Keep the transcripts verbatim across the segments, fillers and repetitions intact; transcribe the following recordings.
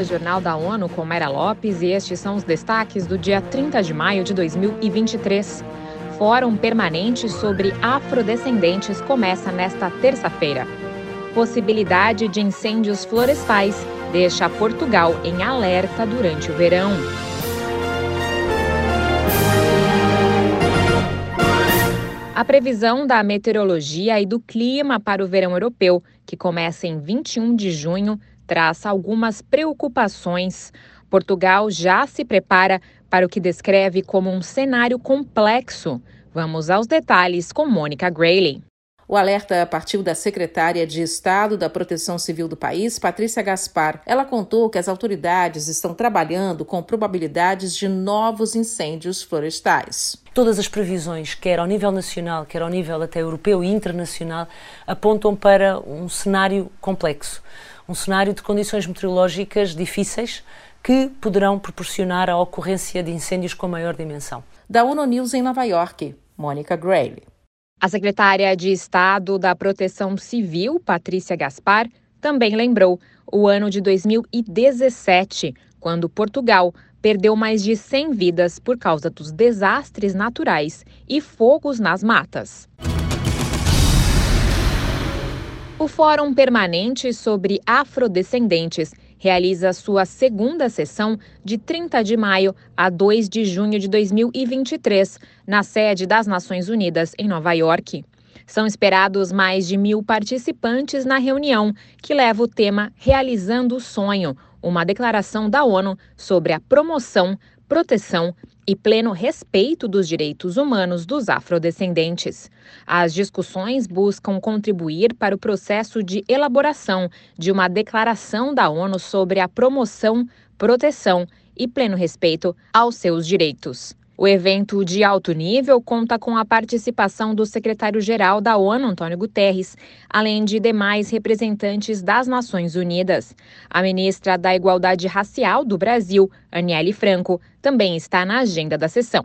Rádio Jornal da ONU com Mayra Lopes e estes são os destaques do dia trinta de maio de dois mil e vinte e três. Fórum Permanente sobre Afrodescendentes começa nesta terça-feira. Possibilidade de incêndios florestais deixa Portugal em alerta durante o verão. A previsão da meteorologia e do clima para o verão europeu, que começa em vinte e um de junho, traz algumas preocupações. Portugal já se prepara para o que descreve como um cenário complexo. Vamos aos detalhes com Mônica Grayley. O alerta partiu da secretária de Estado da Proteção Civil do país, Patrícia Gaspar. Ela contou que as autoridades estão trabalhando com probabilidades de novos incêndios florestais. Todas as previsões, quer ao nível nacional, quer ao nível até europeu e internacional, apontam para um cenário complexo, um cenário de condições meteorológicas difíceis que poderão proporcionar a ocorrência de incêndios com maior dimensão. Da ONU News em Nova York, Mônica Grayley. A secretária de Estado da Proteção Civil, Patrícia Gaspar, também lembrou o ano de dois mil e dezessete, quando Portugal perdeu mais de cem vidas por causa dos desastres naturais e fogos nas matas. O Fórum Permanente sobre Afrodescendentes realiza sua segunda sessão de trinta de maio a dois de junho de dois mil e vinte e três, na sede das Nações Unidas, em Nova York. São esperados mais de mil participantes na reunião, que leva o tema Realizando o Sonho, uma declaração da ONU sobre a promoção, proteção e pleno respeito dos direitos humanos dos afrodescendentes. As discussões buscam contribuir para o processo de elaboração de uma declaração da ONU sobre a promoção, proteção e pleno respeito aos seus direitos. O evento de alto nível conta com a participação do secretário-geral da ONU, Antônio Guterres, além de demais representantes das Nações Unidas. A ministra da Igualdade Racial do Brasil, Aniele Franco, também está na agenda da sessão.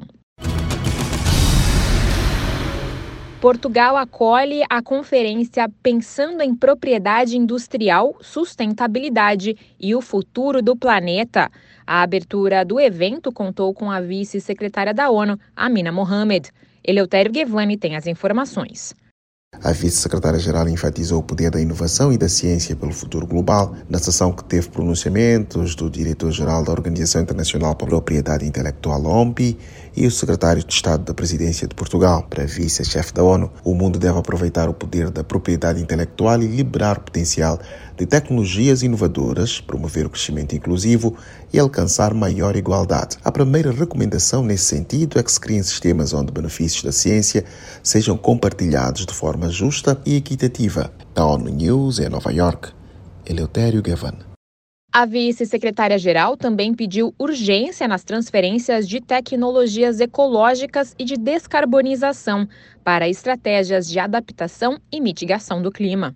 Portugal acolhe a conferência Pensando em Propriedade Industrial, Sustentabilidade e o Futuro do Planeta. A abertura do evento contou com a vice-secretária da ONU, Amina Mohamed. Eleutério Gevani tem as informações. A vice-secretária-geral enfatizou o poder da inovação e da ciência pelo futuro global na sessão que teve pronunciamentos do diretor-geral da Organização Internacional para a Propriedade Intelectual, O M P I, e o secretário de Estado da Presidência de Portugal. Para a vice-chefe da ONU, o mundo deve aproveitar o poder da propriedade intelectual e liberar o potencial de tecnologias inovadoras, promover o crescimento inclusivo e alcançar maior igualdade. A primeira recomendação nesse sentido é que se criem sistemas onde benefícios da ciência sejam compartilhados de forma justa e equitativa. Da ONU News em Nova York, Eleutério Gevani. A vice-secretária-geral também pediu urgência nas transferências de tecnologias ecológicas e de descarbonização para estratégias de adaptação e mitigação do clima.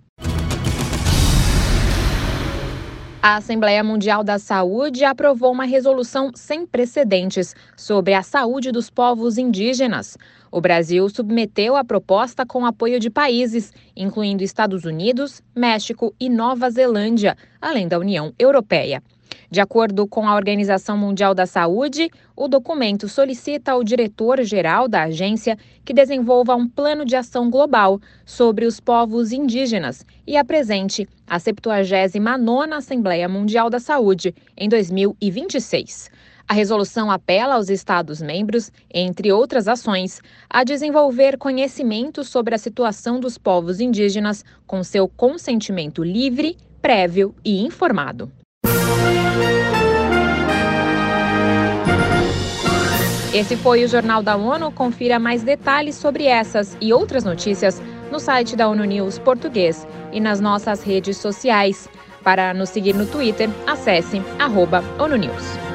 A Assembleia Mundial da Saúde aprovou uma resolução sem precedentes sobre a saúde dos povos indígenas. O Brasil submeteu a proposta com apoio de países, incluindo Estados Unidos, México e Nova Zelândia, além da União Europeia. De acordo com a Organização Mundial da Saúde, o documento solicita ao diretor-geral da agência que desenvolva um plano de ação global sobre os povos indígenas e apresente a septuagésima nona Assembleia Mundial da Saúde em dois mil e vinte e seis. A resolução apela aos Estados-membros, entre outras ações, a desenvolver conhecimento sobre a situação dos povos indígenas com seu consentimento livre, prévio e informado. Esse foi o Jornal da ONU. Confira mais detalhes sobre essas e outras notícias no site da ONU News Português e nas nossas redes sociais. Para nos seguir no Twitter, acesse arroba ONU News.